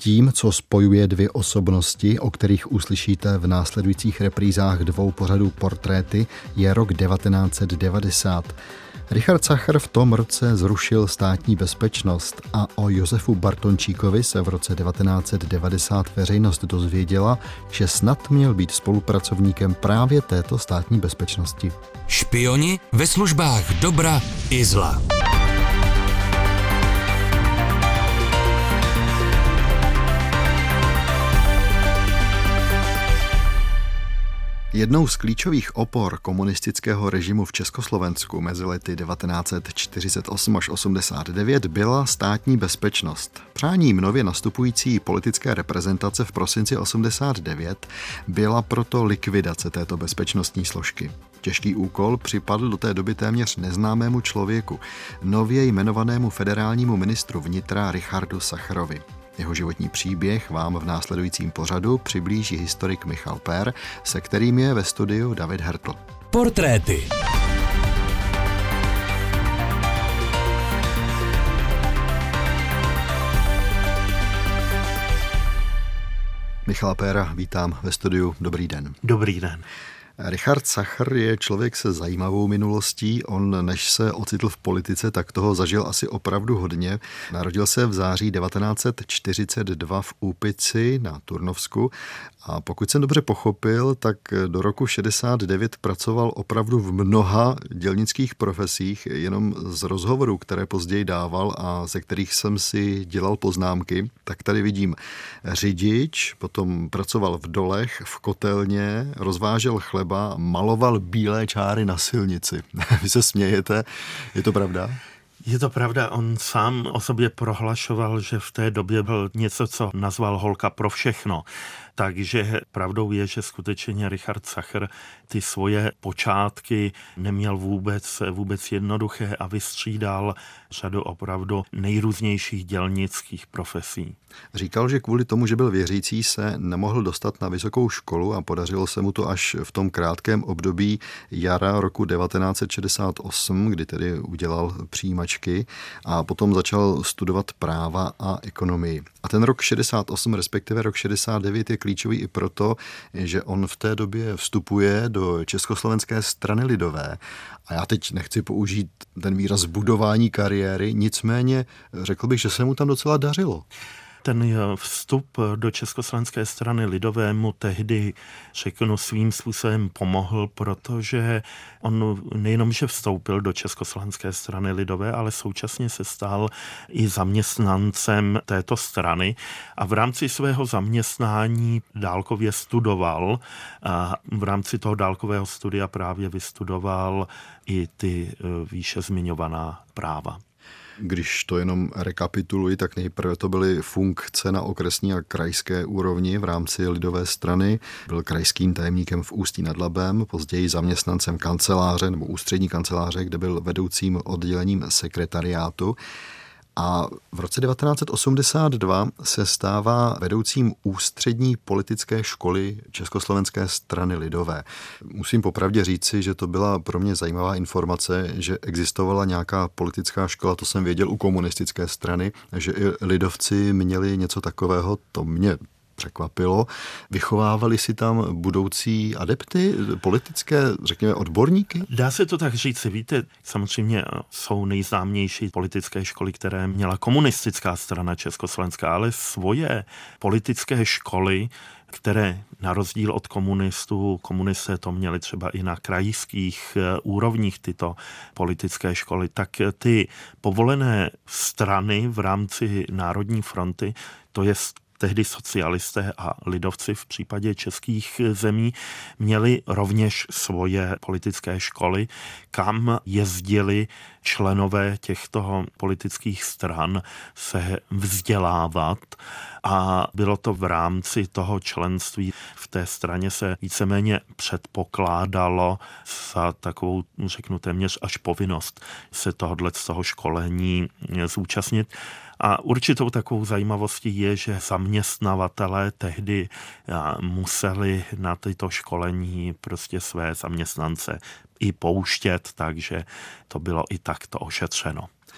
Tím, co spojuje dvě osobnosti, o kterých uslyšíte v následujících reprízách dvou pořadů Portréty, je rok 1990. Richard Sacher v tom roce zrušil státní bezpečnost a o Josefu Bartončíkovi se v roce 1990 veřejnost dozvěděla, že snad měl být spolupracovníkem právě této státní bezpečnosti. Špioni ve službách dobra i zla. Jednou z klíčových opor komunistického režimu v Československu mezi lety 1948 až 89 byla státní bezpečnost. Přáním nově nastupující politické reprezentace v prosinci 89 byla proto likvidace této bezpečnostní složky. Těžký úkol připadl do té doby téměř neznámému člověku, nově jmenovanému federálnímu ministru vnitra Richardu Sacherovi. Jeho životní příběh vám v následujícím pořadu přiblíží historik Michal Pér, se kterým je ve studiu David Hertl. Portréty. Michala Péra vítám ve studiu. Dobrý den. Dobrý den. Richard Sacher je člověk se zajímavou minulostí. On, než se ocitl v politice, tak toho zažil asi opravdu hodně. Narodil se v září 1942 v Úpici na Turnovsku a pokud jsem dobře pochopil, tak do roku 69 pracoval opravdu v mnoha dělnických profesích, jenom z rozhovorů, které později dával a ze kterých jsem si dělal poznámky. Tak tady vidím řidič, potom pracoval v dolech, v kotelně, rozvážel chleba, maloval bílé čáry na silnici. Vy se smějete, je to pravda? Je to pravda, on sám o sobě prohlašoval, že v té době byl něco, co nazval holka pro všechno. Takže pravdou je, že skutečně Richard Sacher ty svoje počátky neměl vůbec jednoduché a vystřídal řadu opravdu nejrůznějších dělnických profesí. Říkal, že kvůli tomu, že byl věřící, se nemohl dostat na vysokou školu a podařilo se mu to až v tom krátkém období jara roku 1968, kdy tedy udělal přijímačky a potom začal studovat práva a ekonomii. A ten rok 68, respektive rok 69 je klíčový i proto, že on v té době vstupuje do Československé strany lidové. A já teď nechci použít ten výraz budování kariéry, nicméně řekl bych, že se mu tam docela dařilo. Ten vstup do Československé strany lidové mu tehdy, řeknu, svým způsobem pomohl, protože on nejenom, že vstoupil do Československé strany lidové, ale současně se stal i zaměstnancem této strany a v rámci svého zaměstnání dálkově studoval a v rámci toho dálkového studia právě vystudoval i ty výše zmiňovaná práva. Když to jenom rekapituluji, tak nejprve to byly funkce na okresní a krajské úrovni v rámci lidové strany. Byl krajským tajemníkem v Ústí nad Labem, později zaměstnancem kanceláře nebo ústřední kanceláře, kde byl vedoucím oddělením sekretariátu. A v roce 1982 se stává vedoucím ústřední politické školy Československé strany lidové. Musím popravdě říci, že to byla pro mě zajímavá informace, že existovala nějaká politická škola, to jsem věděl u komunistické strany, že i lidovci měli něco takového, to mě překvapilo. Vychovávali si tam budoucí adepty, politické, řekněme, odborníky? Dá se to tak říct. Víte, samozřejmě jsou nejznámější politické školy, které měla komunistická strana Československá, ale svoje politické školy, které na rozdíl od komunistů, komunisté to měli třeba i na krajských úrovních tyto politické školy, tak ty povolené strany v rámci Národní fronty, to je tehdy socialisté a lidovci v případě českých zemí měli rovněž svoje politické školy, kam jezdili členové těchto politických stran se vzdělávat a bylo to v rámci toho členství. V té straně se víceméně předpokládalo za takovou, řeknu téměř až povinnost se z toho školení zúčastnit. A určitou takovou zajímavostí je, že zaměstnavatelé tehdy museli na tyto školení prostě své zaměstnance i pouštět, takže to bylo i takto ošetřeno.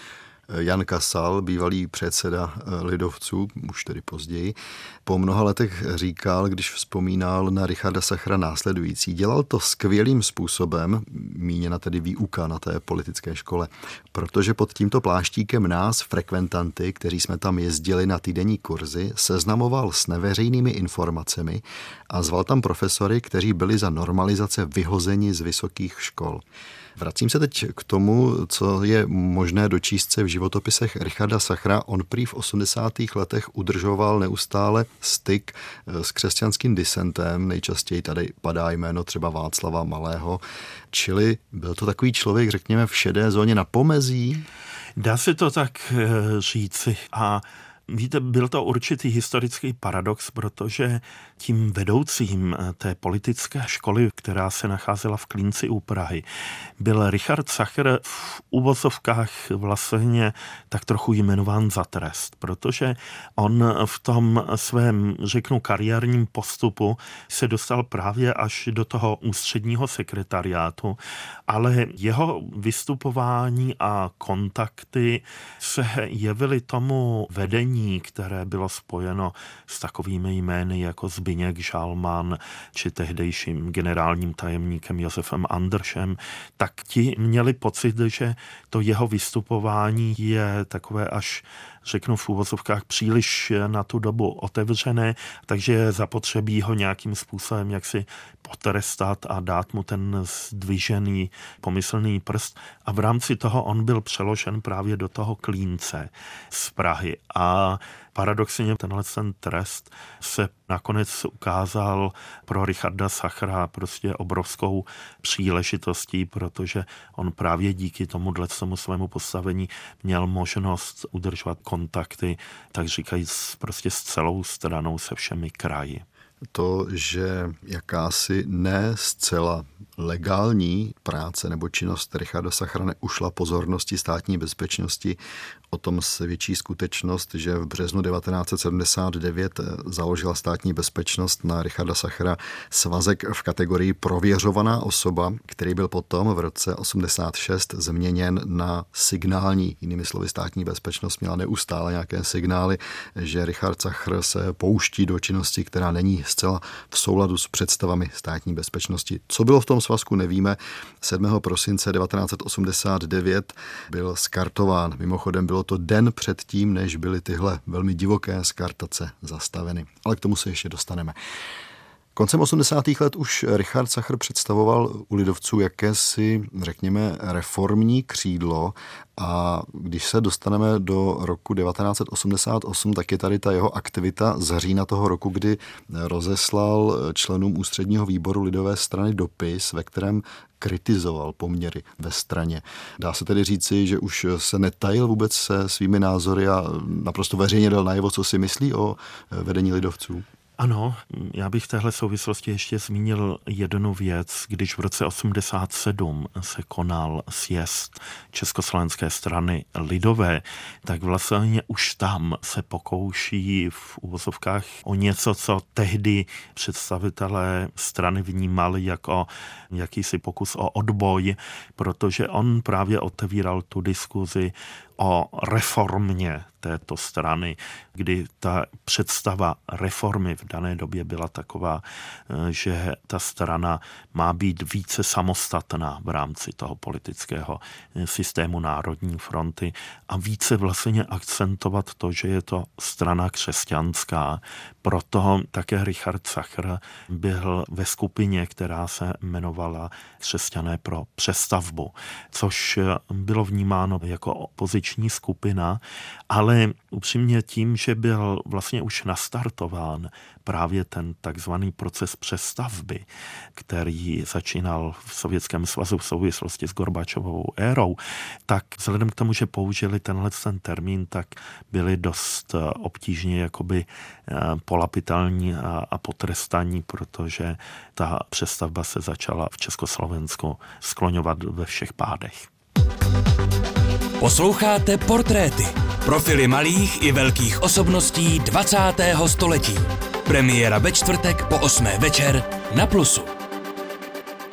Jan Kasal, bývalý předseda lidovců, už tedy později, po mnoha letech říkal, když vzpomínal na Richarda Sachra následující. Dělal to skvělým způsobem, míněna tedy výuka na té politické škole, protože pod tímto pláštíkem nás, frekventanty, kteří jsme tam jezdili na týdenní kurzy, seznamoval s neveřejnými informacemi a zval tam profesory, kteří byli za normalizace vyhozeni z vysokých škol. Vracím se teď k tomu, co je možné dočíst se v životopisech Richarda Sachra. On prý v 80. letech udržoval neustále styk s křesťanským disentem, nejčastěji tady padá jméno třeba Václava Malého, čili byl to takový člověk, řekněme, v šedé zóně na pomezí? Dá se to tak říci a víte, byl to určitý historický paradox, protože tím vedoucím té politické školy, která se nacházela v Klínci u Prahy, byl Richard Sachr v uvozovkách vlastně tak trochu jmenován za trest, protože on v tom svém, řeknu, kariérním postupu se dostal právě až do toho ústředního sekretariátu, ale jeho vystupování a kontakty se jevily tomu vedení, které bylo spojeno s takovými jmény jako Zbyněk Žalman či tehdejším generálním tajemníkem Josefem Anderšem, tak ti měli pocit, že to jeho vystupování je takové až, řeknu v úvozovkách, příliš na tu dobu otevřené, takže je zapotřebí ho nějakým způsobem jaksi potrestat a dát mu ten zdvižený pomyslný prst. A v rámci toho on byl přeložen právě do toho Klínce z Prahy. A paradoxně ten trest se nakonec ukázal pro Richarda Sachra prostě obrovskou příležitostí, protože on právě díky tomuhle svému postavení měl možnost udržovat kontakty, tak říkajíc, prostě s celou stranou, se všemi kraji. To, že jakási ne zcela legální práce nebo činnost Richarda Sachra neušla pozornosti státní bezpečnosti, o tom svědčí skutečnost, že v březnu 1979 založila státní bezpečnost na Richarda Sachra svazek v kategorii prověřovaná osoba, který byl potom v roce 86 změněn na signální. Jinými slovy, státní bezpečnost měla neustále nějaké signály, že Richard Sachr se pouští do činnosti, která není zcela v souladu s představami státní bezpečnosti. Co bylo v tom svazku, nevíme. 7. prosince 1989 byl skartován. Mimochodem bylo to den před tím, než byly tyhle velmi divoké skartace zastaveny. Ale k tomu se ještě dostaneme. Koncem 80. let už Richard Sachr představoval u lidovců jakési, řekněme, reformní křídlo a když se dostaneme do roku 1988, tak je tady ta jeho aktivita z října toho roku, kdy rozeslal členům ústředního výboru lidové strany dopis, ve kterém kritizoval poměry ve straně. Dá se tedy říci, že už se netajil vůbec se svými názory a naprosto veřejně dal najevo, co si myslí o vedení lidovců? Ano, já bych v téhle souvislosti ještě zmínil jednu věc. Když v roce 87 se konal sjezd Československé strany lidové, tak vlastně už tam se pokouší v uvozovkách o něco, co tehdy představitelé strany vnímali jako jakýsi pokus o odboj, protože on právě otevíral tu diskuzi o reformě této strany, kdy ta představa reformy v dané době byla taková, že ta strana má být více samostatná v rámci toho politického systému Národní fronty a více vlastně akcentovat to, že je to strana křesťanská. Proto také Richard Sachr byl ve skupině, která se jmenovala Křesťané pro přestavbu, což bylo vnímáno jako opoziční skupina, ale upřímně tím, že byl vlastně už nastartován právě ten takzvaný proces přestavby, který začínal v Sovětském svazu v souvislosti s Gorbačovou érou, tak vzhledem k tomu, že použili ten termín, tak byli dost obtížně jakoby polapitelní a potrestaní, protože ta přestavba se začala v Československu skloňovat ve všech pádech. Posloucháte Portréty. Profily malých i velkých osobností 20. století. Premiéra ve čtvrtek po 8. večer na Plusu.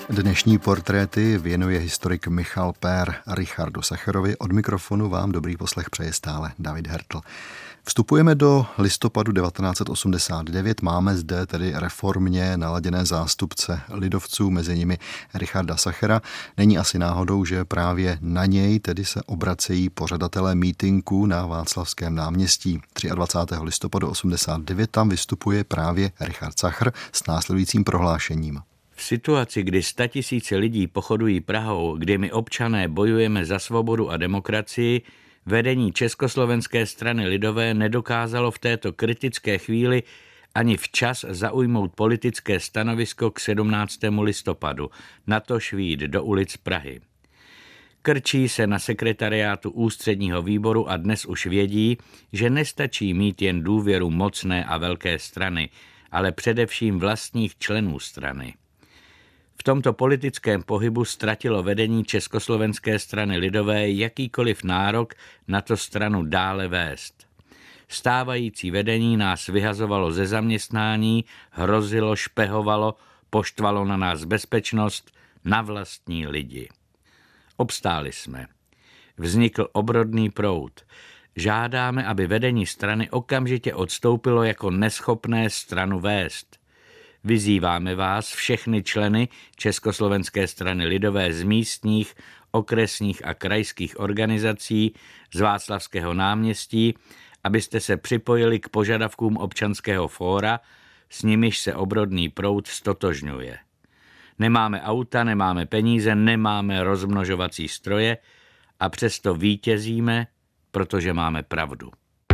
Dnešní portréty věnuje historik Michal Pér Richardu Sacherovi. Od mikrofonu vám dobrý poslech přeje stále David Hertl. Vstupujeme do listopadu 1989. Máme zde tedy reformně naladěné zástupce lidovců, mezi nimi Richarda Sachera. Není asi náhodou, že právě na něj tedy se obracejí pořadatelé mítinku na Václavském náměstí. 23. listopadu 1989 tam vystupuje právě Richard Sacher s následujícím prohlášením. V situaci, kdy 100 000 lidí pochodují Prahou, kdy my občané bojujeme za svobodu a demokracii, vedení Československé strany lidové nedokázalo v této kritické chvíli ani včas zaujmout politické stanovisko k 17. listopadu, natož vyjít do ulic Prahy. Krčí se na sekretariátu ústředního výboru a dnes už vědí, že nestačí mít jen důvěru mocné a velké strany, ale především vlastních členů strany. V tomto politickém pohybu ztratilo vedení Československé strany lidové jakýkoliv nárok na to stranu dále vést. Stávající vedení nás vyhazovalo ze zaměstnání, hrozilo, špehovalo, poštvalo na nás bezpečnost, na vlastní lidi. Obstáli jsme. Vznikl obrodný proud. Žádáme, aby vedení strany okamžitě odstoupilo jako neschopné stranu vést. Vyzýváme vás, všechny členy Československé strany lidové z místních, okresních a krajských organizací z Václavského náměstí, abyste se připojili k požadavkům občanského fóra, s nimiž se obrodný proud stotožňuje. Nemáme auta, nemáme peníze, nemáme rozmnožovací stroje a přesto vítězíme, protože máme pravdu.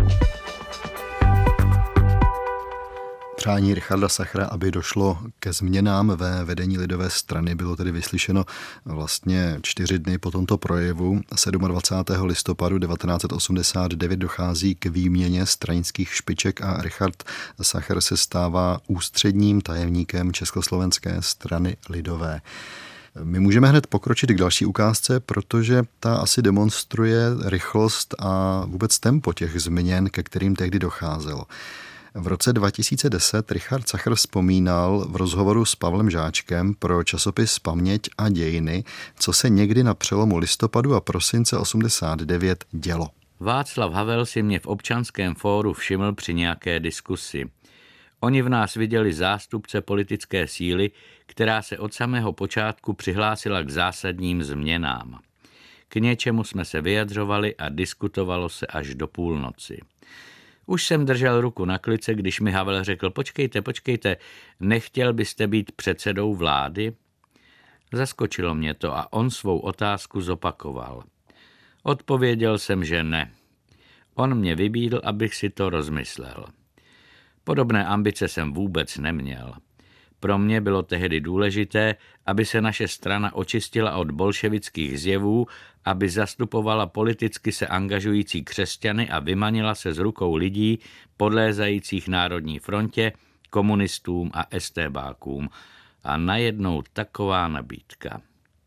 Přání Richarda Sachera, aby došlo ke změnám ve vedení lidové strany, bylo tedy vyslyšeno vlastně 4 dny po tomto projevu. 27. listopadu 1989 dochází k výměně stranických špiček a Richard Sacher se stává ústředním tajemníkem Československé strany lidové. My můžeme hned pokročit k další ukázce, protože ta asi demonstruje rychlost a vůbec tempo těch změn, ke kterým tehdy docházelo. V roce 2010 Richard Sacher vzpomínal v rozhovoru s Pavlem Žáčkem pro časopis Paměť a dějiny, co se někdy na přelomu listopadu a prosince 89 dělo. Václav Havel si mě v občanském fóru všiml při nějaké diskusi. Oni v nás viděli zástupce politické síly, která se od samého počátku přihlásila k zásadním změnám. K něčemu jsme se vyjadřovali a diskutovalo se až do půlnoci. Už jsem držel ruku na klice, když mi Havel řekl, počkejte, nechtěl byste být předsedou vlády? Zaskočilo mě to a on svou otázku zopakoval. Odpověděl jsem, že ne. On mě vybídl, abych si to rozmyslel. Podobné ambice jsem vůbec neměl. Pro mě bylo tehdy důležité, aby se naše strana očistila od bolševických zjevů, aby zastupovala politicky se angažující křesťany a vymanila se z rukou lidí podlézajících Národní frontě, komunistům a estébákům. A najednou taková nabídka.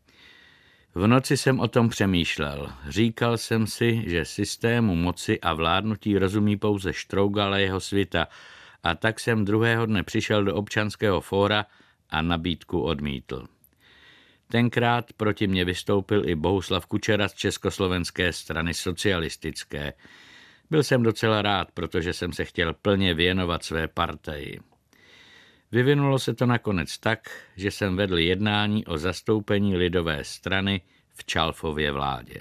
V noci jsem o tom přemýšlel. Říkal jsem si, že systému moci a vládnutí rozumí pouze Štrougal a jeho svita, a tak jsem druhého dne přišel do občanského fóra a nabídku odmítl. Tenkrát proti mě vystoupil i Bohuslav Kučera z Československé strany socialistické. Byl jsem docela rád, protože jsem se chtěl plně věnovat své partaji. Vyvinulo se to nakonec tak, že jsem vedl jednání o zastoupení lidové strany v Čalfově vládě.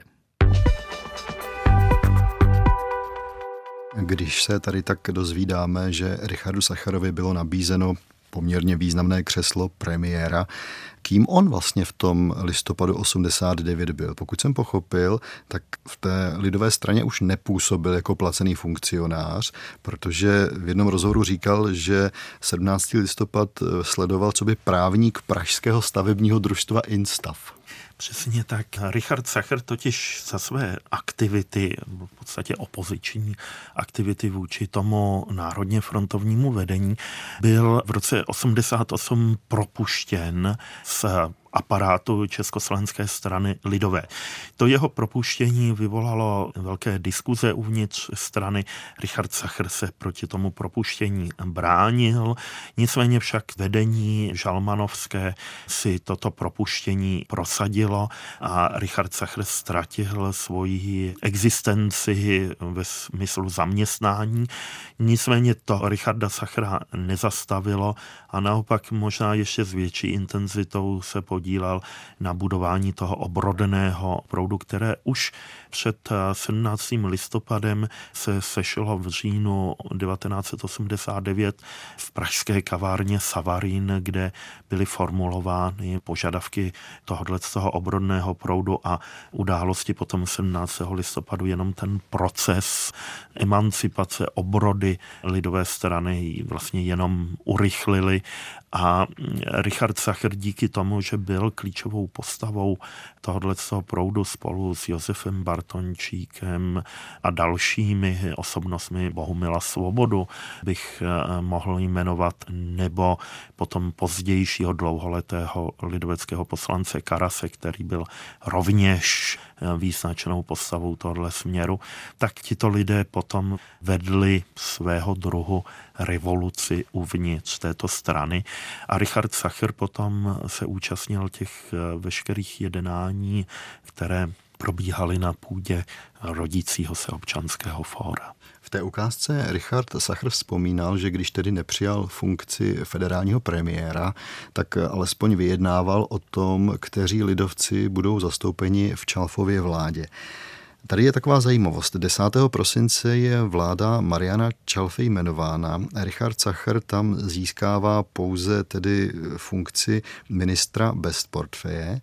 Když se tady tak dozvídáme, že Richardu Sacherovi bylo nabízeno poměrně významné křeslo premiéra, kým on vlastně v tom listopadu 89 byl? Pokud jsem pochopil, tak v té lidové straně už nepůsobil jako placený funkcionář, protože v jednom rozhovoru říkal, že 17. listopad sledoval coby právník pražského stavebního družstva Instav. Přesně tak. Richard Sacher totiž za své aktivity, v podstatě opoziční aktivity vůči tomu národně frontovnímu vedení, byl v roce 88 propuštěn z aparátu Československé strany lidové. To jeho propuštění vyvolalo velké diskuze uvnitř strany. Richard Sacher se proti tomu propuštění bránil, nicméně však vedení žalmanovské si toto propuštění prosadilo a Richard Sacher ztratil svoji existenci ve smyslu zaměstnání. Nicméně to Richarda Sachera nezastavilo a naopak možná ještě s větší intenzitou se podílel na budování toho obrodného proudu, které už před 17. listopadem se sešlo v říjnu 1989 v pražské kavárně Savarin, kde byly formulovány požadavky tohoto obrodného proudu a události potom 17. listopadu jenom ten proces emancipace obrody lidové strany vlastně jenom urychlili a Richard Sacher díky tomu, že byl klíčovou postavou tohoto proudu spolu s Josefem Bartončíkem a dalšími osobnostmi, Bohumila Svobodu bych mohl jmenovat, nebo potom pozdějšího dlouholetého lidoveckého poslance Karase, který byl rovněž význačnou postavou tohoto směru, tak tito lidé potom vedli svého druhu revoluci uvnitř této strany a Richard Sacher potom se účastnil těch veškerých jednání, které probíhaly na půdě rodícího se občanského fóra. V té ukázce Richard Sacher vzpomínal, že když tedy nepřijal funkci federálního premiéra, tak alespoň vyjednával o tom, kteří lidovci budou zastoupeni v Čalfově vládě. Tady je taková zajímavost. 10. prosince je vláda Mariana Čalfy jmenována. Richard Sacher tam získává pouze tedy funkci ministra bez portfeje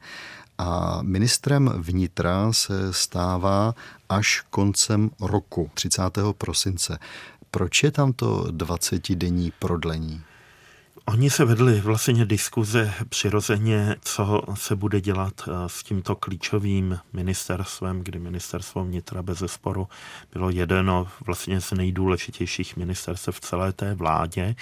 a ministrem vnitra se stává až koncem roku, 30. prosince. Proč je tam to 20denní prodlení? Oni se vedli vlastně diskuze přirozeně, co se bude dělat s tímto klíčovým ministerstvem, kdy ministerstvo vnitra bezesporu bylo jedno vlastně z nejdůležitějších ministerstev v celé té vládě.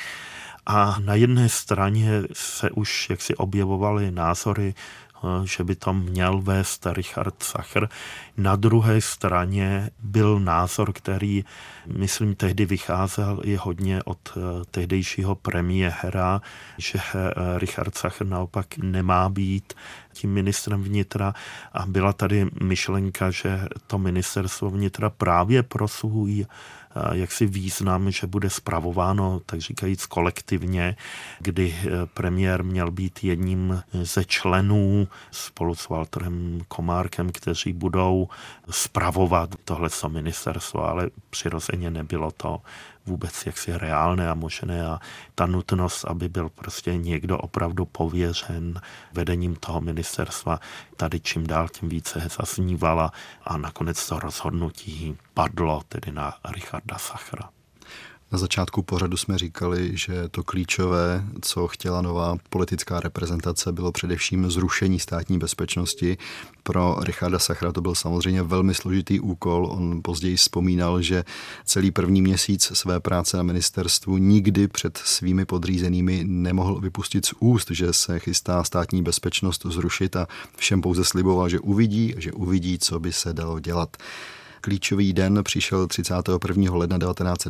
A na jedné straně se už jaksi objevovaly názory, že by to měl vést Richard Sacher. Na druhé straně byl názor, který, myslím, tehdy vycházel i hodně od tehdejšího premiéra, že Richard Sacher naopak nemá být tím ministrem vnitra a byla tady myšlenka, že to ministerstvo vnitra právě pro svůj jaksi význam, že bude spravováno, tak říkajíc, kolektivně, kdy premiér měl být jedním ze členů spolu s Walterem Komárkem, kteří budou spravovat tohleto ministerstvo, ale přirozeně nebylo to vůbec jaksi reálné a možné a ta nutnost, aby byl prostě někdo opravdu pověřen vedením toho ministerstva, tady čím dál tím více zaznívala a nakonec to rozhodnutí padlo tedy na Richarda Sachera. Na začátku pořadu jsme říkali, že to klíčové, co chtěla nová politická reprezentace, bylo především zrušení státní bezpečnosti. Pro Richarda Sachera to byl samozřejmě velmi složitý úkol. On později vzpomínal, že celý první měsíc své práce na ministerstvu nikdy před svými podřízenými nemohl vypustit z úst, že se chystá státní bezpečnost zrušit a všem pouze sliboval, že uvidí, co by se dalo dělat. Klíčový den přišel 31. ledna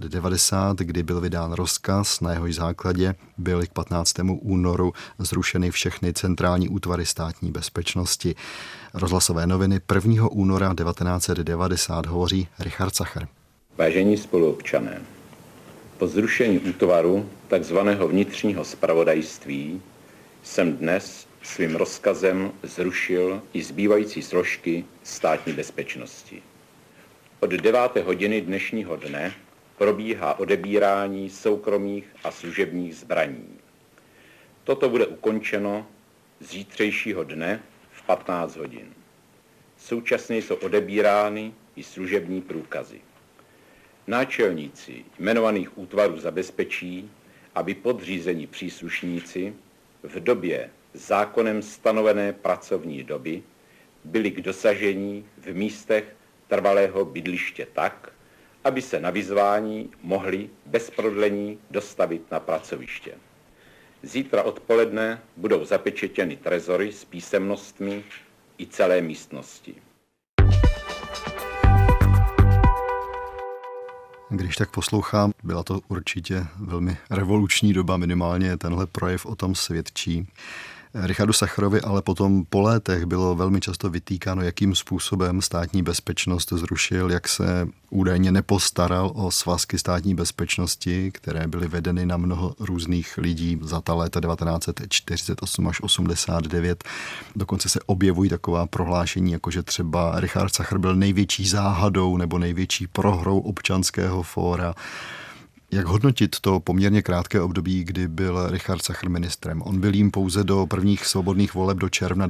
1990, kdy byl vydán rozkaz, na jehož základě byly k 15. únoru zrušeny všechny centrální útvary státní bezpečnosti. Rozhlasové noviny 1. února 1990 hovoří Richard Sacher. Vážení spoluobčané, po zrušení útvaru takzvaného vnitřního zpravodajství jsem dnes svým rozkazem zrušil i zbývající složky státní bezpečnosti. Od 9. hodiny dnešního dne probíhá odebírání soukromých a služebních zbraní. Toto bude ukončeno zítřejšího dne v 15 hodin. Současně jsou odebírány i služební průkazy. Náčelníci jmenovaných útvarů zabezpečí, aby podřízení příslušníci v době zákonem stanovené pracovní doby byli k dosažení v místech trvalého bydliště tak, aby se na vyzvání mohli bez prodlení dostavit na pracoviště. Zítra odpoledne budou zapečetěny trezory s písemnostmi i celé místnosti. Když tak poslouchám, byla to určitě velmi revoluční doba, minimálně tenhle projev o tom svědčí. Richardu Sacherovi ale potom po létech bylo velmi často vytýkáno, jakým způsobem státní bezpečnost zrušil, jak se údajně nepostaral o svazky státní bezpečnosti, které byly vedeny na mnoho různých lidí za ta léta 1948 až 89. Dokonce se objevují taková prohlášení, jako že třeba Richard Sacher byl největší záhadou nebo největší prohrou Občanského fóra. Jak hodnotit to poměrně krátké období, kdy byl Richard Sacher ministrem? On byl jím pouze do prvních svobodných voleb do června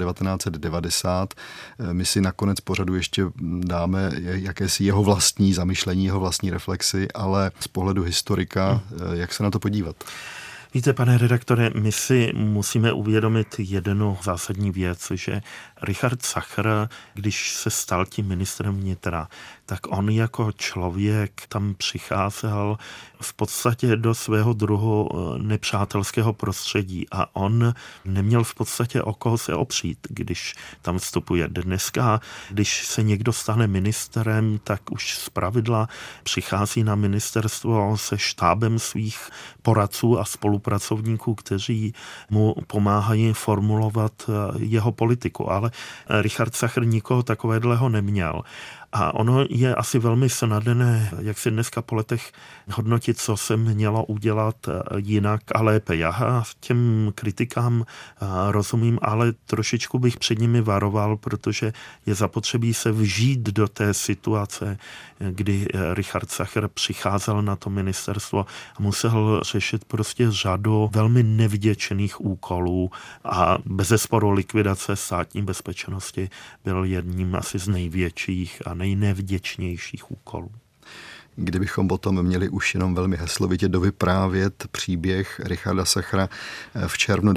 1990. My si nakonec pořadu ještě dáme jakési jeho vlastní zamyšlení, jeho vlastní reflexy, ale z pohledu historika, jak se na to podívat? Víte, pane redaktore, my si musíme uvědomit jednu zásadní věc, že Richard Sacher, když se stal tím ministrem vnitra, tak on jako člověk tam přicházel v podstatě do svého druhu nepřátelského prostředí a on neměl v podstatě o koho se opřít, když tam vstupuje. Dneska, když se někdo stane ministrem, tak už zpravidla přichází na ministerstvo se štábem svých poradců a spolupracovníků, kteří mu pomáhají formulovat jeho politiku. Ale Richard Sacher nikoho takového neměl. A ono je asi velmi snadné, jak si dneska po letech hodnotit, co se mělo udělat jinak a lépe. Já těm kritikám rozumím, ale trošičku bych před nimi varoval, protože je zapotřebí se vžít do té situace, kdy Richard Sacher přicházel na to ministerstvo a musel řešit prostě řadu velmi nevděčných úkolů a bezesporu likvidace státní bezpečnosti byl jedním asi z největších a nejnevděčnějších úkolů. Kdybychom potom měli už jenom velmi heslovitě dovyprávět příběh Richarda Sachera, v červnu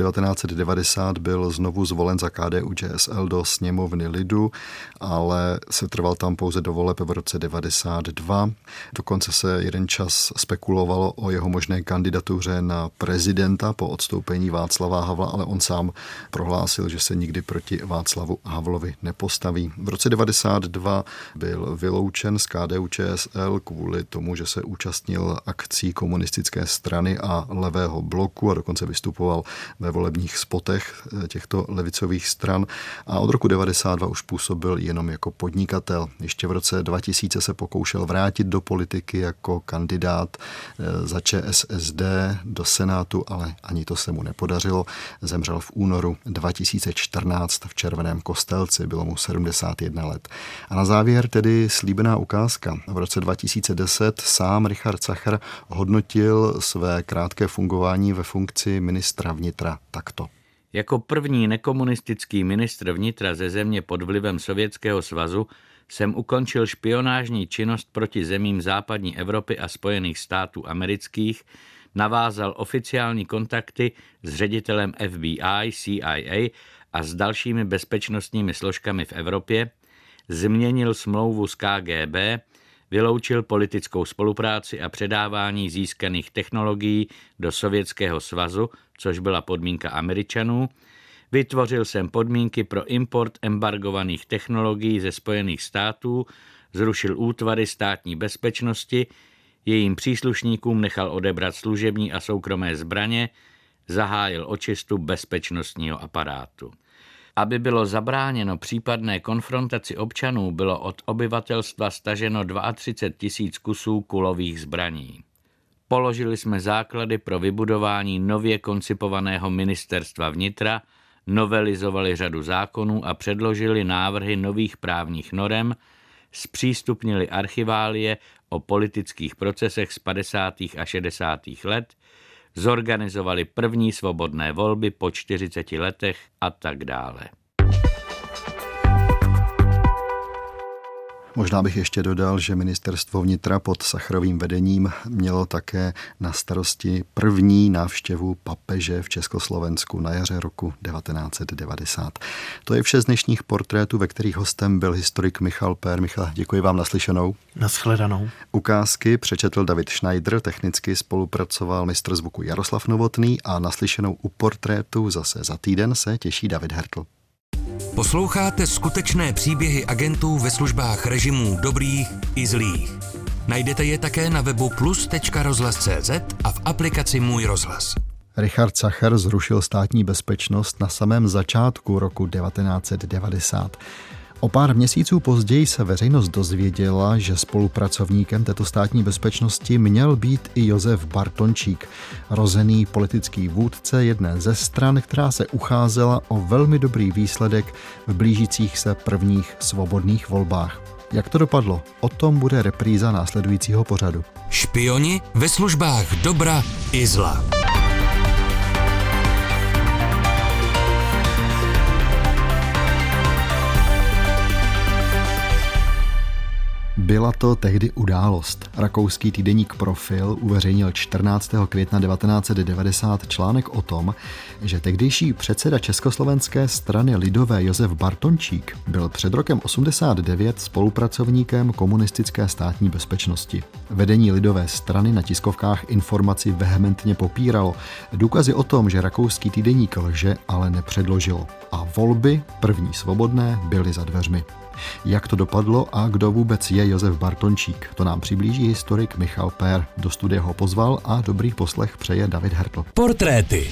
1990 byl znovu zvolen za KDU-ČSL do sněmovny lidu, ale setrval tam pouze do voleb v roce 92. Dokonce se jeden čas spekulovalo o jeho možné kandidatuře na prezidenta po odstoupení Václava Havla, ale on sám prohlásil, že se nikdy proti Václavu Havlovi nepostaví. V roce 92 byl vyloučen z KDU-ČSL kvůli tomu, že se účastnil akcí komunistické strany a levého bloku a dokonce vystupoval ve volebních spotech těchto levicových stran a od roku 92 už působil jenom jako podnikatel. Ještě v roce 2000 se pokoušel vrátit do politiky jako kandidát za ČSSD do Senátu, ale ani to se mu nepodařilo. Zemřel v únoru 2014 v Červeném Kostelci, bylo mu 71 let. A na závěr tedy slíbená ukázka. V roce 2010 sám Richard Sacher hodnotil své krátké fungování ve funkci ministra vnitra takto. Jako první nekomunistický ministr vnitra ze země pod vlivem Sovětského svazu jsem ukončil špionážní činnost proti zemím západní Evropy a Spojených států amerických, navázal oficiální kontakty s ředitelem FBI, CIA a s dalšími bezpečnostními složkami v Evropě, změnil smlouvu s KGB, vyloučil politickou spolupráci a předávání získaných technologií do Sovětského svazu, což byla podmínka Američanů, vytvořil jsem podmínky pro import embargovaných technologií ze Spojených států, zrušil útvary státní bezpečnosti, jejím příslušníkům nechal odebrat služební a soukromé zbraně, zahájil očistu bezpečnostního aparátu. Aby bylo zabráněno případné konfrontaci občanů, bylo od obyvatelstva staženo 32 000 kusů kulových zbraní. Položili jsme základy pro vybudování nově koncipovaného ministerstva vnitra, novelizovali řadu zákonů a předložili návrhy nových právních norem, zpřístupnili archiválie o politických procesech z 50. a 60. let, zorganizovali první svobodné volby po 40 letech a tak dále. Možná bych ještě dodal, že ministerstvo vnitra pod Sacharovým vedením mělo také na starosti první návštěvu papeže v Československu na jaře roku 1990. To je vše z dnešních portrétů, ve kterých hostem byl historik Michal Pér. Michal, děkuji vám, naslyšenou. Nashledanou. Ukázky přečetl David Schneider, technicky spolupracoval mistr zvuku Jaroslav Novotný a naslyšenou u portrétu zase za týden se těší David Hertl. Posloucháte skutečné příběhy agentů ve službách režimů dobrých i zlých. Najdete je také na webu plus.rozhlas.cz a v aplikaci Můj rozhlas. Richard Sacher zrušil státní bezpečnost na samém začátku roku 1990. O pár měsíců později se veřejnost dozvěděla, že spolupracovníkem této státní bezpečnosti měl být i Josef Bartončík, rozený politický vůdce jedné ze stran, která se ucházela o velmi dobrý výsledek v blížících se prvních svobodných volbách. Jak to dopadlo? O tom bude repríza následujícího pořadu. Špioni ve službách dobra i zla. Byla to tehdy událost. Rakouský týdeník Profil uveřejnil 14. května 1990 článek o tom, že tehdejší předseda Československé strany lidové Josef Bartončík byl před rokem 89 spolupracovníkem komunistické státní bezpečnosti. Vedení lidové strany na tiskovkách informaci vehementně popíralo. Důkazy o tom, že rakouský týdeník lže, ale nepředložilo. A volby, první svobodné, byly za dveřmi. Jak to dopadlo a kdo vůbec je Josef Bartončík? To nám přiblíží historik Michal Pér. Do studia ho pozval a dobrý poslech přeje David Hertl. Portréty.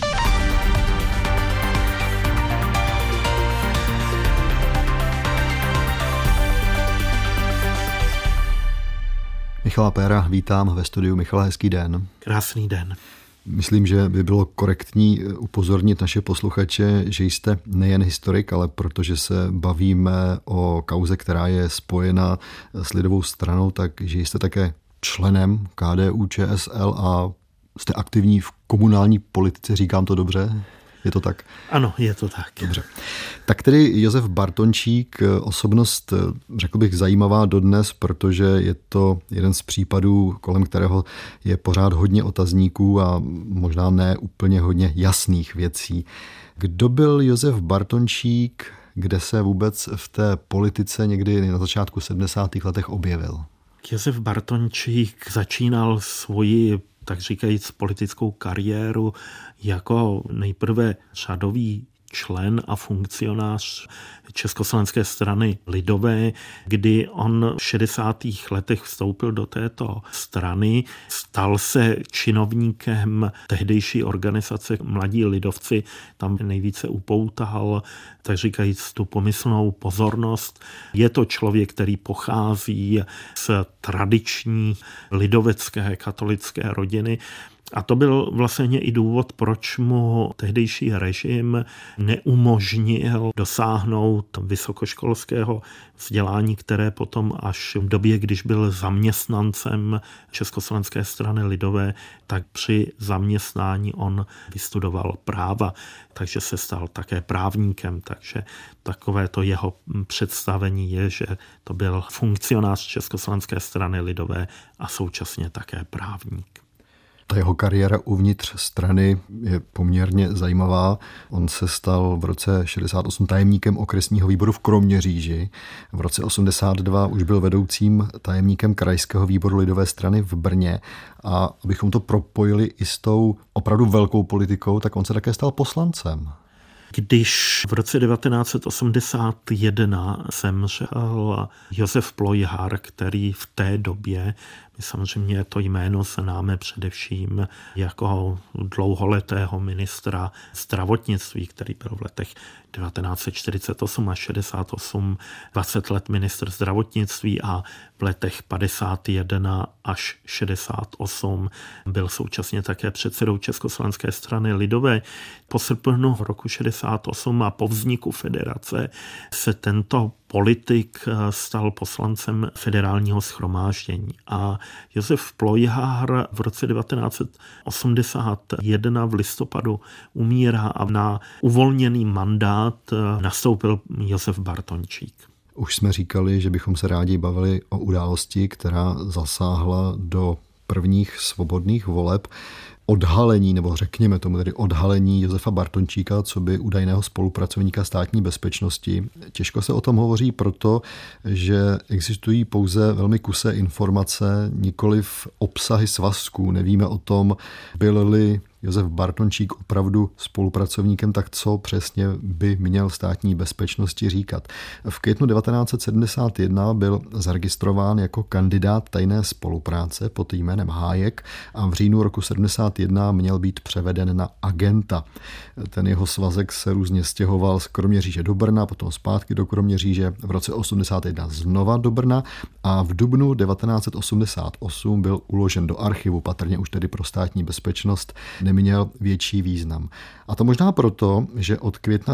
Michala Péra vítám ve studiu. Michal, hezký den. Krásný den. Myslím, že by bylo korektní upozornit naše posluchače, že jste nejen historik, ale protože se bavíme o kauze, která je spojena s lidovou stranou, takže jste také členem KDU-ČSL a jste aktivní v komunální politice, říkám to dobře? Je to tak? Ano, je to tak. Dobře. Tak tedy Josef Bartončík, osobnost, řekl bych, zajímavá dodnes, protože je to jeden z případů, kolem kterého je pořád hodně otazníků a možná ne úplně hodně jasných věcí. Kdo byl Josef Bartončík, kde se vůbec v té politice někdy na začátku 70. letech objevil? Josef Bartončík začínal svoji, tak říkajíc, politickou kariéru jako nejprve řadový člen a funkcionář Československé strany lidové, kdy on v 60. letech vstoupil do této strany, stal se činovníkem tehdejší organizace Mladí lidovci, tam nejvíce upoutal, tak říkajíc, tu pomyslnou pozornost. Je to člověk, který pochází z tradiční lidovecké katolické rodiny. A to byl vlastně i důvod, proč mu tehdejší režim neumožnil dosáhnout vysokoškolského vzdělání, které potom až v době, když byl zaměstnancem Československé strany lidové, tak při zaměstnání on vystudoval práva, takže se stal také právníkem, takže takové to jeho představení je, že to byl funkcionář Československé strany lidové a současně také právník. Ta jeho kariéra uvnitř strany je poměrně zajímavá. On se stal v roce 68 tajemníkem okresního výboru v Kroměříži. V roce 82 už byl vedoucím tajemníkem krajského výboru lidové strany v Brně. A abychom to propojili i s tou opravdu velkou politikou, tak on se také stal poslancem. Když v roce 1981 zemřel Josef Plojhar, který v té době, my samozřejmě to jméno známe především jako dlouholetého ministra zdravotnictví, který byl v letech 1948 až 68, 20 let ministr zdravotnictví a v letech 51 až 68 byl současně také předsedou Československé strany lidové. Po srpnu roku 68 a po vzniku federace se tento politik stal poslancem federálního shromáždění. A Josef Plojhar v roce 1981 v listopadu umírá a na uvolněný mandát nastoupil Josef Bartončík. Už jsme říkali, že bychom se rádi bavili o události, která zasáhla do prvních svobodných voleb. Odhalení, nebo řekněme tomu tedy odhalení Josefa Bartončíka, co by údajného spolupracovníka Státní bezpečnosti. Těžko se o tom hovoří proto, že existují pouze velmi kusé informace, nikoliv obsahy svazků. Nevíme o tom, byl-li Josef Bartončík opravdu spolupracovníkem, tak co přesně by měl Státní bezpečnosti říkat. V květnu 1971 byl zaregistrován jako kandidát tajné spolupráce pod jménem Hájek a v říjnu roku 71 měl být převeden na agenta. Ten jeho svazek se různě stěhoval z Kroměříže do Brna, potom zpátky do Kroměříže, v roce 81 znova do Brna a v dubnu 1988 byl uložen do archivu, patrně už tedy pro Státní bezpečnost neměl větší význam. A to možná proto, že od května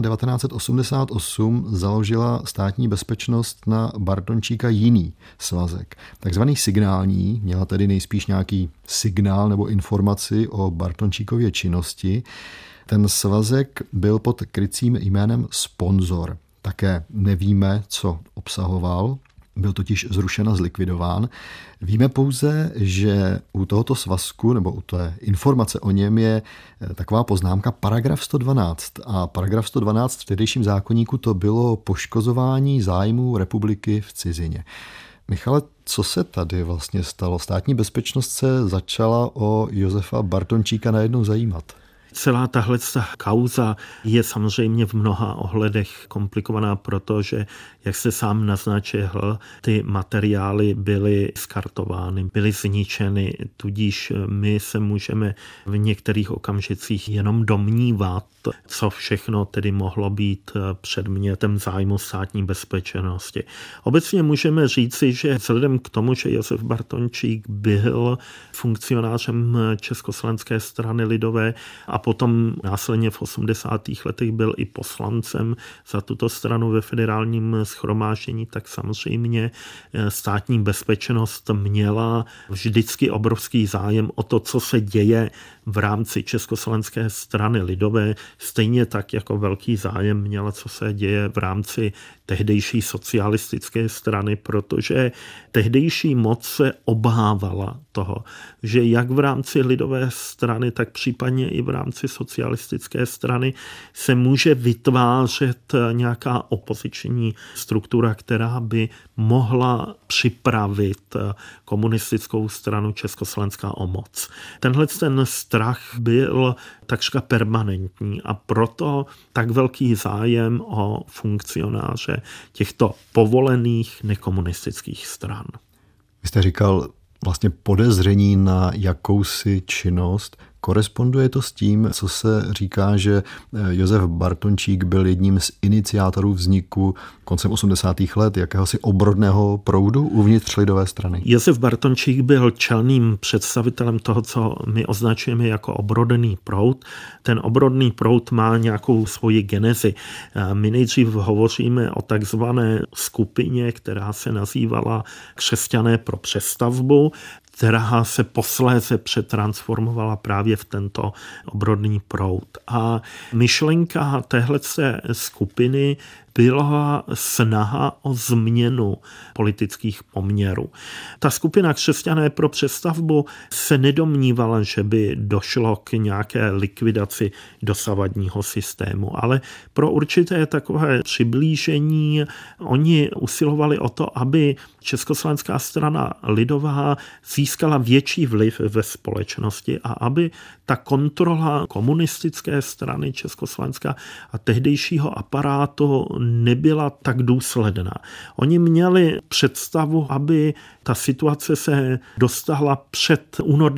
1988 založila Státní bezpečnost na Bartončíka jiný svazek. Takzvaný signální, měla tedy nejspíš nějaký signál nebo informaci o Bartončíkově činnosti. Ten svazek byl pod krycím jménem Sponzor. Také nevíme, co obsahoval. Byl totiž zrušen a zlikvidován. Víme pouze, že u tohoto svazku nebo u té informace o něm je taková poznámka paragraf 112. A paragraf 112 v tehdejším zákoníku to bylo poškozování zájmů republiky v cizině. Michale, co se tady vlastně stalo? Státní bezpečnost se začala o Josefa Bartončíka najednou zajímat. Celá tahle kauza je samozřejmě v mnoha ohledech komplikovaná, protože, jak se sám naznačil, ty materiály byly skartovány, byly zničeny, tudíž my se můžeme v některých okamžicích jenom domnívat, co všechno tedy mohlo být předmětem zájmu Státní bezpečnosti. Obecně můžeme říci, že vzhledem k tomu, že Josef Bartončík byl funkcionářem Československé strany lidové a potom následně v 80. letech byl i poslancem za tuto stranu ve federálním shromáždění, tak samozřejmě Státní bezpečnost měla vždycky obrovský zájem o to, co se děje v rámci Československé strany lidové, stejně tak jako velký zájem měla, co se děje v rámci tehdejší socialistické strany, protože tehdejší moc se obávala toho, že jak v rámci lidové strany, tak případně i v rámci socialistické strany se může vytvářet nějaká opoziční struktura, která by mohla připravit komunistickou stranu Československá o moc. Tenhle ten strach byl takřka permanentní a proto tak velký zájem o funkcionáře těchto povolených nekomunistických stran. Vy jste říkal vlastně podezření na jakousi činnost. Koresponduje to s tím, co se říká, že Josef Bartončík byl jedním z iniciátorů vzniku koncem 80. let jakéhosi obrodného proudu uvnitř lidové strany? Josef Bartončík byl čelným představitelem toho, co my označujeme jako obrodný proud. Ten obrodný proud má nějakou svoji genezi. My nejdřív hovoříme o takzvané skupině, která se nazývala Křesťané pro přestavbu, která se posléze přetransformovala právě v tento obrodný proud. A myšlenka téhleté skupiny byla snaha o změnu politických poměrů. Ta skupina Křesťané pro přestavbu se nedomnívala, že by došlo k nějaké likvidaci dosavadního systému, ale pro určité takové přiblížení oni usilovali o to, aby Československá strana lidová získala větší vliv ve společnosti a aby ta kontrola komunistické strany Československa a tehdejšího aparátu nebyla tak důsledná. Oni měli představu, aby ta situace se dostala před únor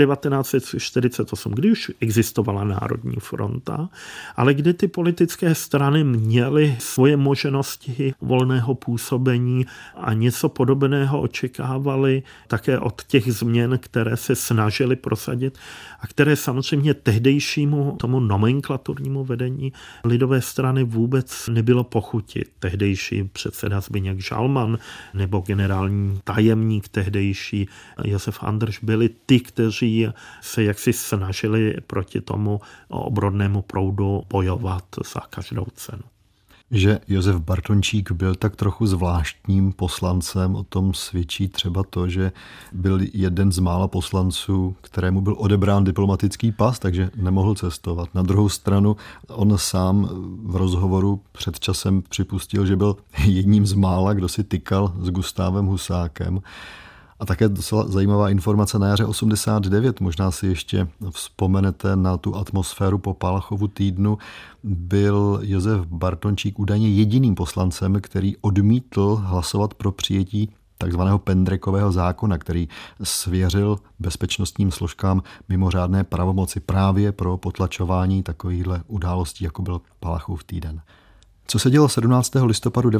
1948, kdy už existovala Národní fronta, ale kdy ty politické strany měly svoje možnosti volného působení a něco podobného očekávali také od těch změn, které se snažili prosadit a které samozřejmě tehdejšímu tomu nomenklaturnímu vedení lidové strany vůbec nebylo pochutit. Tehdejší předseda Zbyněk Žalman nebo generální tajemník tehdejší Josef Andrš byli ty, kteří se jaksi snažili proti tomu obrodnému proudu bojovat za každou cenu. Že Josef Bartončík byl tak trochu zvláštním poslancem, o tom svědčí třeba to, že byl jeden z mála poslanců, kterému byl odebrán diplomatický pas, takže nemohl cestovat. Na druhou stranu on sám v rozhovoru před časem připustil, že byl jedním z mála, kdo si tykal s Gustávem Husákem. A také docela zajímavá informace na jaře 89, možná si ještě vzpomenete na tu atmosféru po Palachovu týdnu, byl Josef Bartončík údajně jediným poslancem, který odmítl hlasovat pro přijetí takzvaného Pendrekového zákona, který svěřil bezpečnostním složkám mimořádné pravomoci právě pro potlačování takovýchhle událostí, jako byl Palachův týden. Co se dělo 17. listopadu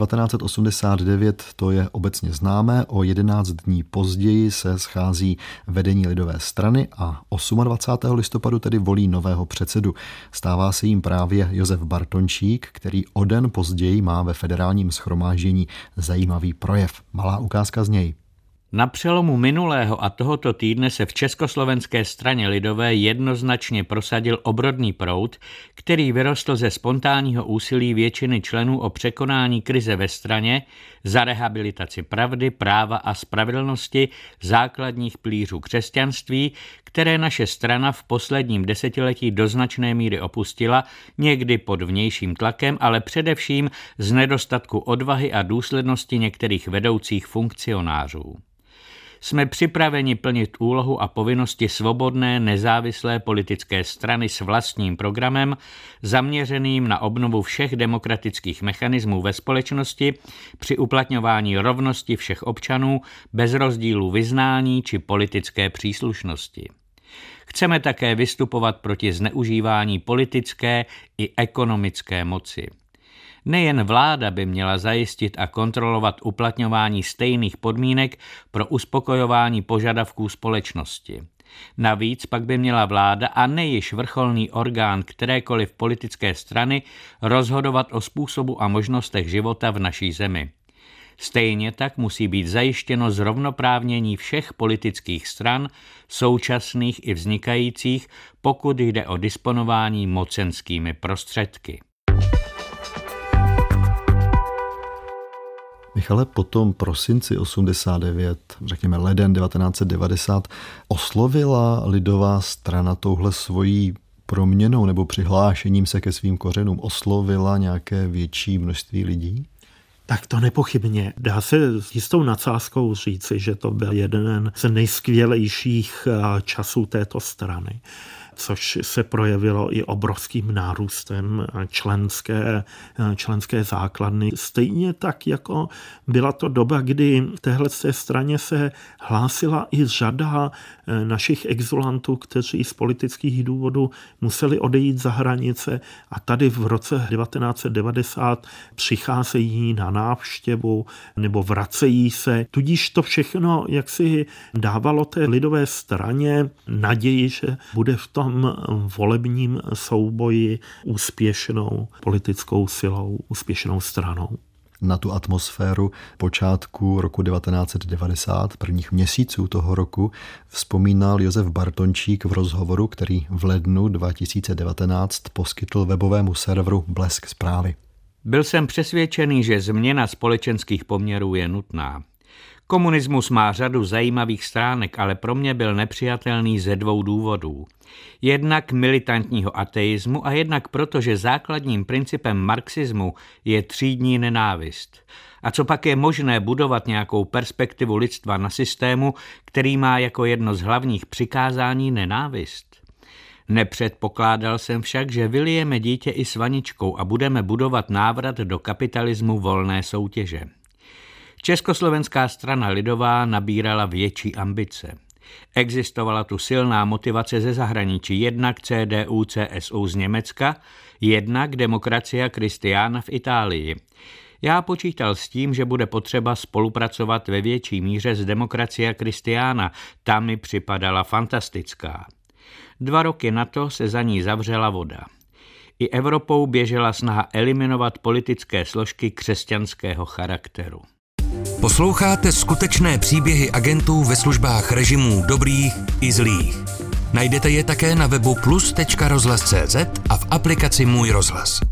1989, to je obecně známé. O 11 dní později se schází vedení Lidové strany a 28. listopadu tedy volí nového předsedu. Stává se jim právě Josef Bartončík, který o den později má ve federálním shromáždění zajímavý projev. Malá ukázka z něj. Na přelomu minulého a tohoto týdne se v Československé straně lidové jednoznačně prosadil obrodný proud, který vyrostl ze spontánního úsilí většiny členů o překonání krize ve straně, za rehabilitaci pravdy, práva a spravedlnosti základních pilířů křesťanství, které naše strana v posledním desetiletí do značné míry opustila, někdy pod vnějším tlakem, ale především z nedostatku odvahy a důslednosti některých vedoucích funkcionářů. Jsme připraveni plnit úlohu a povinnosti svobodné, nezávislé politické strany s vlastním programem, zaměřeným na obnovu všech demokratických mechanismů ve společnosti při uplatňování rovnosti všech občanů bez rozdílu vyznání či politické příslušnosti. Chceme také vystupovat proti zneužívání politické i ekonomické moci. Nejen vláda by měla zajistit a kontrolovat uplatňování stejných podmínek pro uspokojování požadavků společnosti. Navíc pak by měla vláda a nejiž vrcholný orgán kterékoliv politické strany rozhodovat o způsobu a možnostech života v naší zemi. Stejně tak musí být zajištěno zrovnoprávnění všech politických stran, současných i vznikajících, pokud jde o disponování mocenskými prostředky. Michale, potom prosinci 89, řekněme leden 1990, oslovila lidová strana touhle svojí proměnou nebo přihlášením se ke svým kořenům, oslovila nějaké větší množství lidí? Tak to nepochybně. Dá se s jistou nadsázkou říci, že to byl jeden z nejskvělejších časů této strany, což se projevilo i obrovským nárůstem členské základny. Stejně tak, jako byla to doba, kdy v téhle straně se hlásila i řada našich exulantů, kteří z politických důvodů museli odejít za hranice a tady v roce 1990 přicházejí na návštěvu nebo vracejí se. Tudíž to všechno jaksi dávalo té lidové straně naději, že bude v tom volebním souboji úspěšnou politickou silou, úspěšnou stranou. Na tu atmosféru počátku roku 1990, prvních měsíců toho roku, vzpomínal Josef Bartončík v rozhovoru, který v lednu 2019 poskytl webovému serveru Blesk Zprávy. Byl jsem přesvědčený, že změna společenských poměrů je nutná. Komunismus má řadu zajímavých stránek, ale pro mě byl nepřijatelný ze dvou důvodů. Jednak militantního ateismu a jednak proto, že základním principem marxismu je třídní nenávist. A co pak je možné budovat nějakou perspektivu lidstva na systému, který má jako jedno z hlavních přikázání nenávist? Nepředpokládal jsem však, že vylijeme dítě i s vaničkou a budeme budovat návrat do kapitalismu volné soutěže. Československá strana lidová nabírala větší ambice. Existovala tu silná motivace ze zahraničí, jednak CDU, CSU z Německa, jednak Democrazia Cristiana v Itálii. Já počítal s tím, že bude potřeba spolupracovat ve větší míře s Democrazia Cristiana, ta mi připadala fantastická. 2 roky na to se za ní zavřela voda. I Evropou běžela snaha eliminovat politické složky křesťanského charakteru. Posloucháte skutečné příběhy agentů ve službách režimů dobrých i zlých. Najdete je také na webu plus.rozhlas.cz a v aplikaci Můj rozhlas.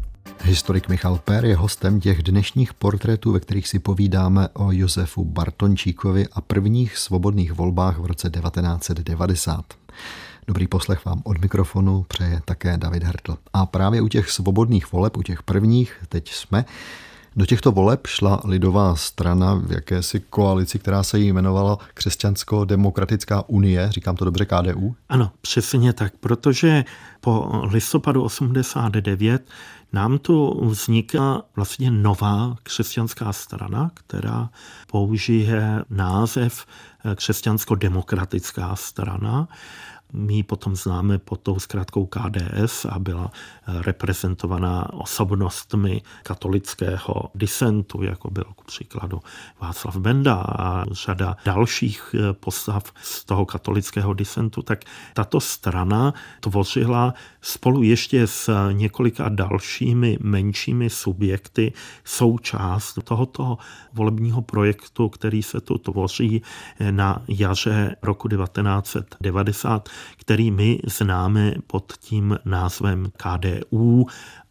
Historik Michal Pér je hostem těch dnešních portrétů, ve kterých si povídáme o Josefu Bartončíkovi a prvních svobodných volbách v roce 1990. Dobrý poslech vám od mikrofonu přeje také David Hertl. A právě u těch svobodných voleb, u těch prvních, teď jsme. Do těchto voleb šla lidová strana v jakési koalici, která se jí jmenovala Křesťansko-demokratická unie, říkám to dobře, KDU? Ano, přesně tak, protože po listopadu 89 nám tu vznikla vlastně nová křesťanská strana, která použije název Křesťansko-demokratická strana. My ji potom známe pod tou zkratkou KDS a byla reprezentovaná osobnostmi katolického disentu, jako byl k příkladu Václav Benda a řada dalších postav z toho katolického disentu. Tak tato strana tvořila spolu ještě s několika dalšími menšími subjekty součást tohoto volebního projektu, který se tu tvoří na jaře roku 1990, který my známe pod tím názvem KDU,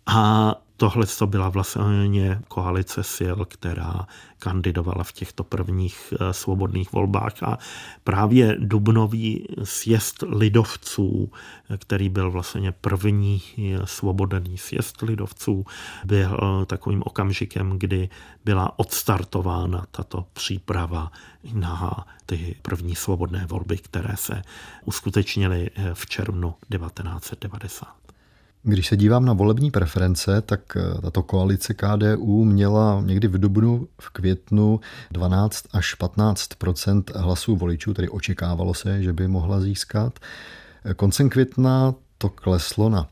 a tohle to byla vlastně koalice sil, která kandidovala v těchto prvních svobodných volbách, a právě dubnový sjezd lidovců, který byl vlastně první svobodný sjezd lidovců, byl takovým okamžikem, kdy byla odstartována tato příprava na ty první svobodné volby, které se uskutečnily v červnu 1990. Když se dívám na volební preference, tak tato koalice KDU měla někdy v dubnu, v květnu 12 až 15% hlasů voličů, tedy očekávalo se, že by mohla získat. Koncem května to kleslo na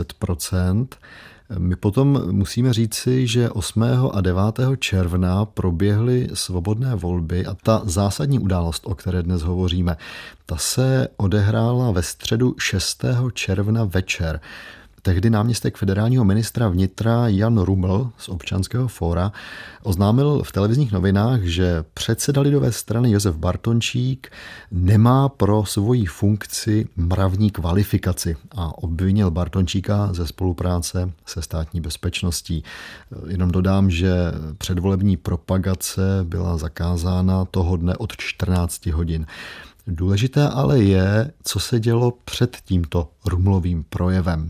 10%. My potom musíme říci, že 8. a 9. června proběhly svobodné volby a ta zásadní událost, o které dnes hovoříme, ta se odehrála ve středu 6. června večer. Tehdy náměstek federálního ministra vnitra Jan Ruml z Občanského fóra oznámil v televizních novinách, že předseda lidové strany Josef Bartončík nemá pro svoji funkci mravní kvalifikaci a obvinil Bartončíka ze spolupráce se státní bezpečností. Jenom dodám, že předvolební propagace byla zakázána toho dne od 14 hodin. Důležité ale je, co se dělo před tímto Rumlovým projevem.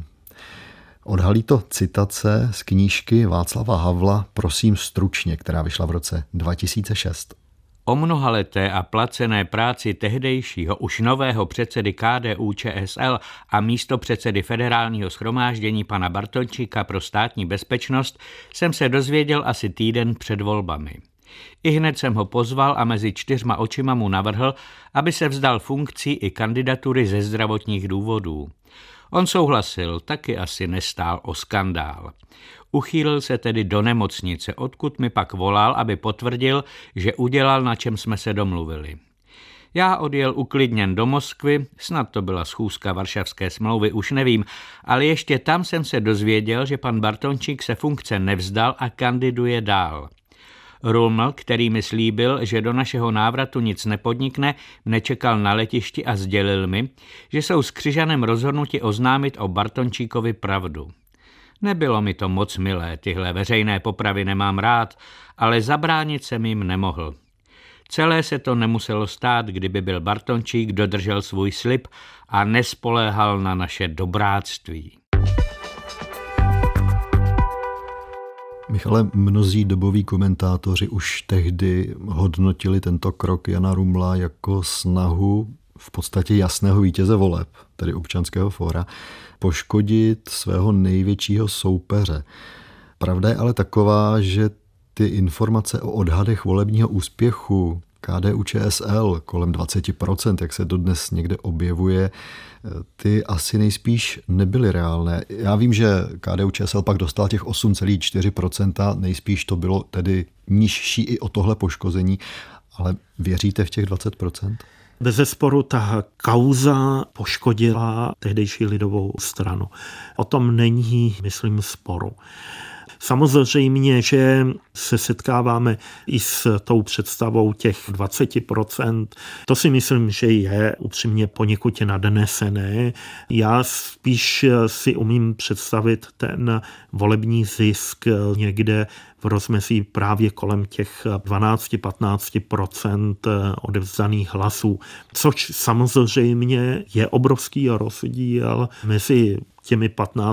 Odhalí to citace z knížky Václava Havla Prosím stručně, která vyšla v roce 2006. O mnohaleté a placené práci tehdejšího už nového předsedy KDU-ČSL a místopředsedy Federálního shromáždění pana Bartončíka pro státní bezpečnost jsem se dozvěděl asi týden před volbami. Ihned jsem ho pozval a mezi 4 očima mu navrhl, aby se vzdal funkcí i kandidatury ze zdravotních důvodů. On souhlasil, taky asi nestál o skandál. Uchýlil se tedy do nemocnice, odkud mi pak volal, aby potvrdil, že udělal, na čem jsme se domluvili. Já odjel uklidněn do Moskvy, snad to byla schůzka Varšavské smlouvy, už nevím, ale ještě tam jsem se dozvěděl, že pan Bartončík se funkce nevzdal a kandiduje dál. Ruml, který mi slíbil, že do našeho návratu nic nepodnikne, nečekal na letišti a sdělil mi, že jsou s Křižanem rozhodnuti oznámit o Bartončíkovi pravdu. Nebylo mi to moc milé, tyhle veřejné popravy nemám rád, ale zabránit jsem jim nemohl. Celé se to nemuselo stát, kdyby byl Bartončík dodržel svůj slib a nespoléhal na naše dobráctví. Michale, mnozí doboví komentátoři už tehdy hodnotili tento krok Jana Rumla jako snahu v podstatě jasného vítěze voleb, tedy Občanského fóra, poškodit svého největšího soupeře. Pravda je ale taková, že ty informace o odhadech volebního úspěchu KDU-ČSL kolem 20%, jak se dodnes někde objevuje, ty asi nejspíš nebyly reálné. Já vím, že KDU-ČSL pak dostal těch 8,4%, nejspíš to bylo tedy nižší i o tohle poškození, ale věříte v těch 20%? Bezesporu ta kauza poškodila tehdejší lidovou stranu. O tom není, myslím, sporu. Samozřejmě, že se setkáváme i s tou představou těch 20%. To si myslím, že je upřímně poněkud nadnesené. Já spíš si umím představit ten volební zisk někde v rozmezí právě kolem těch 12-15% odevzdaných hlasů, což samozřejmě je obrovský rozdíl mezi těmi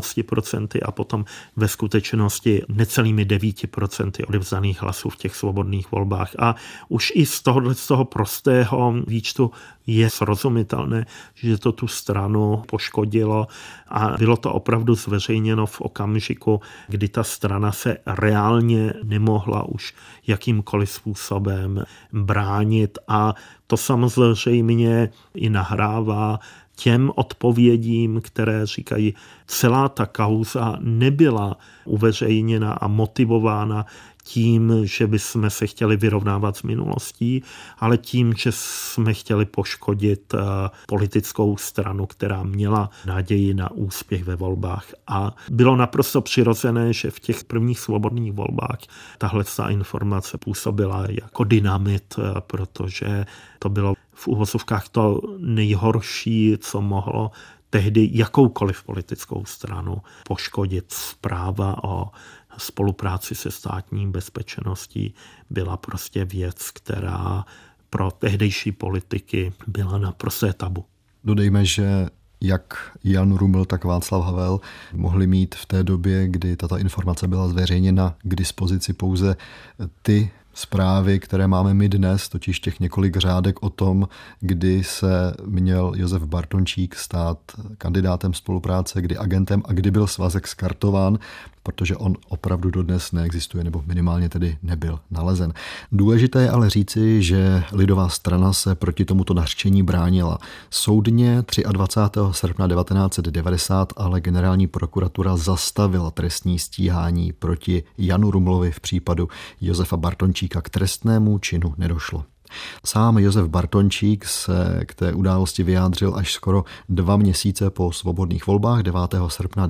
15% a potom ve skutečnosti necelými 9% odevzdaných hlasů v těch svobodných volbách. A už i z toho prostého výčtu je srozumitelné, že to tu stranu poškodilo a bylo to opravdu zveřejněno v okamžiku, kdy ta strana se reálně nemohla už jakýmkoliv způsobem bránit a to samozřejmě i nahrává těm odpovědím, které říkají, celá ta kauza nebyla uveřejněna a motivována tím, že bychom se chtěli vyrovnávat s minulostí, ale tím, že jsme chtěli poškodit politickou stranu, která měla naději na úspěch ve volbách. A bylo naprosto přirozené, že v těch prvních svobodných volbách tahle informace působila jako dynamit, protože to bylo v uvozovkách to nejhorší, co mohlo tehdy jakoukoliv politickou stranu poškodit. Zpráva o spolupráci se státní bezpečností byla prostě věc, která pro tehdejší politiky byla naprosté tabu. Dodejme, že jak Jan Ruml, tak Václav Havel mohli mít v té době, kdy tato informace byla zveřejněna, k dispozici pouze ty zprávy, které máme my dnes, totiž těch několik řádek o tom, kdy se měl Josef Bartončík stát kandidátem spolupráce, kdy agentem a kdy byl svazek skartován, protože on opravdu dodnes neexistuje, nebo minimálně tedy nebyl nalezen. Důležité je ale říci, že lidová strana se proti tomuto nařčení bránila. Soudně 23. srpna 1990 ale generální prokuratura zastavila trestní stíhání proti Janu Rumlovi v případu Josefa Bartončíka. K trestnému činu nedošlo. Sám Josef Bartončík se k té události vyjádřil až skoro 2 měsíce po svobodných volbách 9. srpna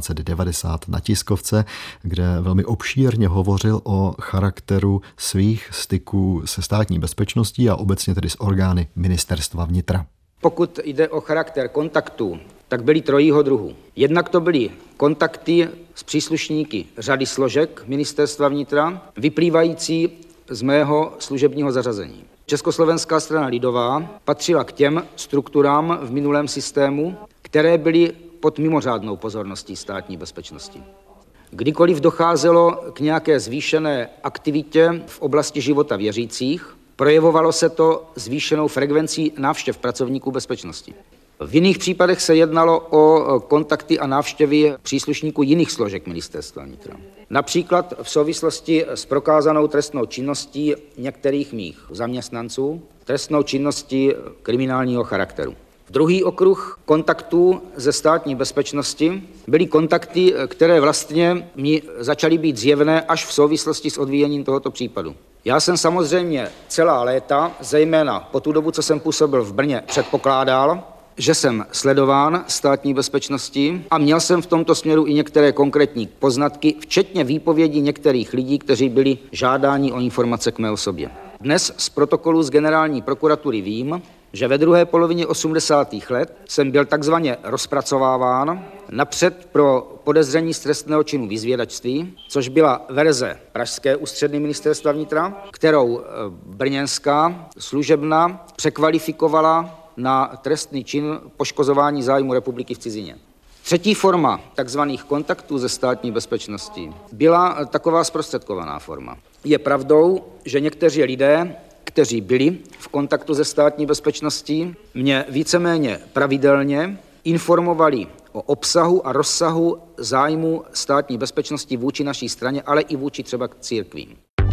1990 na tiskovce, kde velmi obšírně hovořil o charakteru svých styků se státní bezpečností a obecně tedy s orgány ministerstva vnitra. Pokud jde o charakter kontaktů, tak byly trojího druhu. Jednak to byly kontakty s příslušníky řady složek ministerstva vnitra, vyplývající z mého služebního zařazení. Československá strana lidová patřila k těm strukturám v minulém systému, které byly pod mimořádnou pozorností státní bezpečnosti. Kdykoliv docházelo k nějaké zvýšené aktivitě v oblasti života věřících, projevovalo se to zvýšenou frekvencí návštěv pracovníků bezpečnosti. V jiných případech se jednalo o kontakty a návštěvy příslušníků jiných složek ministerstva vnitra. Například v souvislosti s prokázanou trestnou činností některých mých zaměstnanců, trestnou činností kriminálního charakteru. Druhý okruh kontaktů ze státní bezpečnosti byly kontakty, které vlastně mi začaly být zjevné až v souvislosti s odvíjením tohoto případu. Já jsem samozřejmě celá léta, zejména po tu dobu, co jsem působil v Brně, předpokládal, že jsem sledován státní bezpečností a měl jsem v tomto směru i některé konkrétní poznatky, včetně výpovědí některých lidí, kteří byli žádáni o informace k mé osobě. Dnes z protokolu z generální prokuratury vím, že ve druhé polovině 80. let jsem byl takzvaně rozpracováván napřed pro podezření z trestného činu vyzvědačství, což byla verze pražské ústředny ministerstva vnitra, kterou brněnská služebna překvalifikovala na trestný čin poškozování zájmu republiky v cizině. Třetí forma takzvaných kontaktů ze státní bezpečnosti byla taková zprostředkovaná forma. Je pravdou, že někteří lidé, kteří byli v kontaktu se státní bezpečností, mě víceméně pravidelně informovali o obsahu a rozsahu zájmu státní bezpečnosti vůči naší straně, ale i vůči třeba k církvím.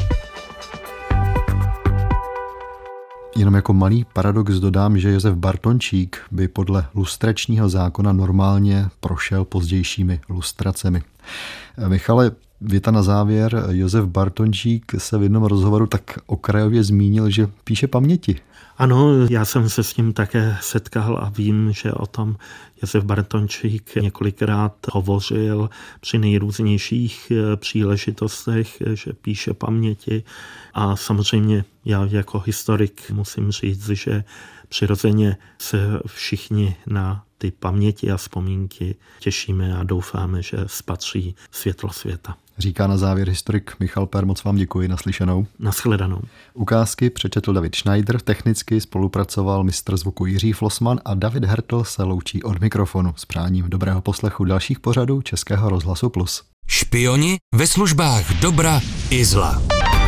Jenom jako malý paradox dodám, že Josef Bartončík by podle lustračního zákona normálně prošel pozdějšími lustracemi. Michale, Věta na závěr. Josef Bartončík se v jednom rozhovoru tak okrajově zmínil, že píše paměti. Ano, já jsem se s ním také setkal a vím, že o tom Josef Bartončík několikrát hovořil při nejrůznějších příležitostech, že píše paměti. A samozřejmě já jako historik musím říct, že přirozeně se všichni na ty paměti a vzpomínky těšíme a doufáme, že spatří světlo světa. Říká na závěr historik Michal Per, moc vám děkuji, naslyšenou. Nashledanou. Ukázky přečetl David Schneider, technicky spolupracoval mistr zvuku Jiří Flossman a David Hertl se loučí od mikrofonu s přáním dobrého poslechu dalších pořadů Českého rozhlasu Plus. Špioni ve službách dobra i zla.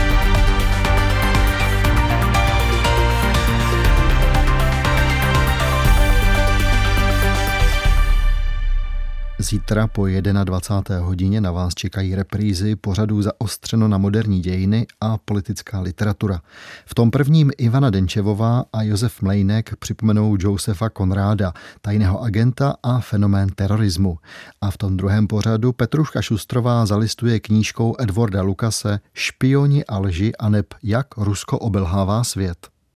Zítra po 21. hodině na vás čekají reprízy pořadů Zaostřeno na moderní dějiny a politická literatura. V tom prvním Ivana Denčevová a Josef Mlejnek připomenou Josefa Konráda, tajného agenta a fenomén terorismu. A v tom druhém pořadu Petruška Šustrová zalistuje knížkou Edwarda Lucase Špioni a lži aneb jak Rusko obelhává svět.